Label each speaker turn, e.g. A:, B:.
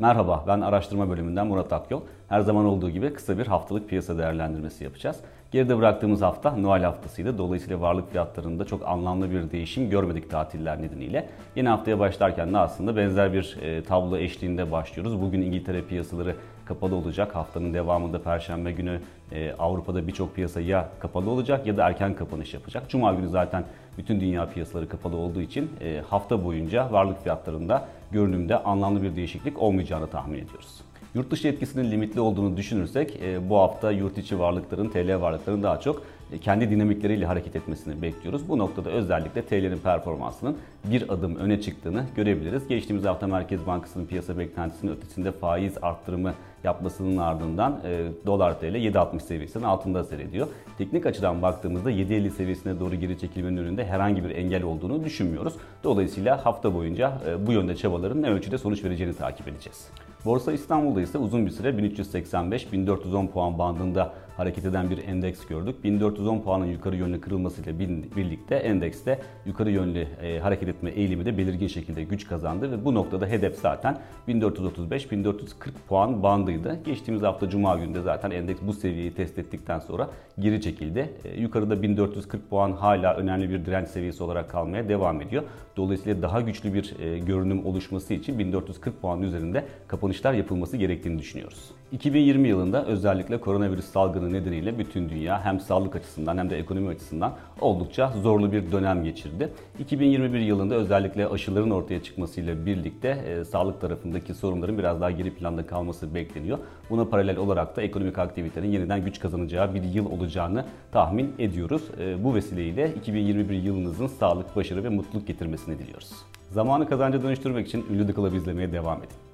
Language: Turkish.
A: Merhaba, ben araştırma bölümünden Murat Akyol. Her zaman olduğu gibi kısa bir haftalık piyasa değerlendirmesi yapacağız. Geride bıraktığımız hafta Noel haftasıydı. Dolayısıyla varlık fiyatlarında çok anlamlı bir değişim görmedik tatiller nedeniyle. Yeni haftaya başlarken de aslında benzer bir tablo eşliğinde başlıyoruz. Bugün İngiltere piyasaları kapalı olacak. Haftanın devamında Perşembe günü Avrupa'da birçok piyasa ya kapalı olacak ya da erken kapanış yapacak. Cuma günü zaten bütün dünya piyasaları kapalı olduğu için hafta boyunca varlık fiyatlarında görünümde anlamlı bir değişiklik olmayacağını tahmin ediyoruz. Yurt dışı etkisinin limitli olduğunu düşünürsek bu hafta yurt içi varlıkların, TL varlıkların daha çok kendi dinamikleriyle hareket etmesini bekliyoruz. Bu noktada özellikle TL'nin performansının bir adım öne çıktığını görebiliriz. Geçtiğimiz hafta Merkez Bankası'nın piyasa beklentisinin ötesinde faiz arttırımı yapmasının ardından dolar TL 7.60 seviyesinin altında seyrediyor. Teknik açıdan baktığımızda 7.50 seviyesine doğru geri çekilmenin önünde herhangi bir engel olduğunu düşünmüyoruz. Dolayısıyla hafta boyunca bu yönde çabaların ne ölçüde sonuç vereceğini takip edeceğiz. Borsa İstanbul'da ise uzun bir süre 1385-1410 puan bandında hareket eden bir endeks gördük. 1410 puanın yukarı yönlü kırılmasıyla birlikte endekste yukarı yönlü hareket etme eğilimi de belirgin şekilde güç kazandı ve bu noktada hedef zaten 1435-1440 puan bandıydı. Geçtiğimiz hafta Cuma günü de zaten endeks bu seviyeyi test ettikten sonra geri çekildi. Yukarıda 1440 puan hala önemli bir direnç seviyesi olarak kalmaya devam ediyor. Dolayısıyla daha güçlü bir görünüm oluşması için 1440 puanın üzerinde kapanışlar yapılması gerektiğini düşünüyoruz. 2020 yılında özellikle koronavirüs salgını nedeniyle bütün dünya hem sağlık açısından hem de ekonomi açısından oldukça zorlu bir dönem geçirdi. 2021 yılında özellikle aşıların ortaya çıkmasıyla birlikte sağlık tarafındaki sorunların biraz daha geri planda kalması bekleniyor. Buna paralel olarak da ekonomik aktivitenin yeniden güç kazanacağı bir yıl olacağını tahmin ediyoruz. Bu vesileyle 2021 yılınızın sağlık, başarı ve mutluluk getirmesini diliyoruz. Zamanı kazanca dönüştürmek için ünlü The Club izlemeye devam edin.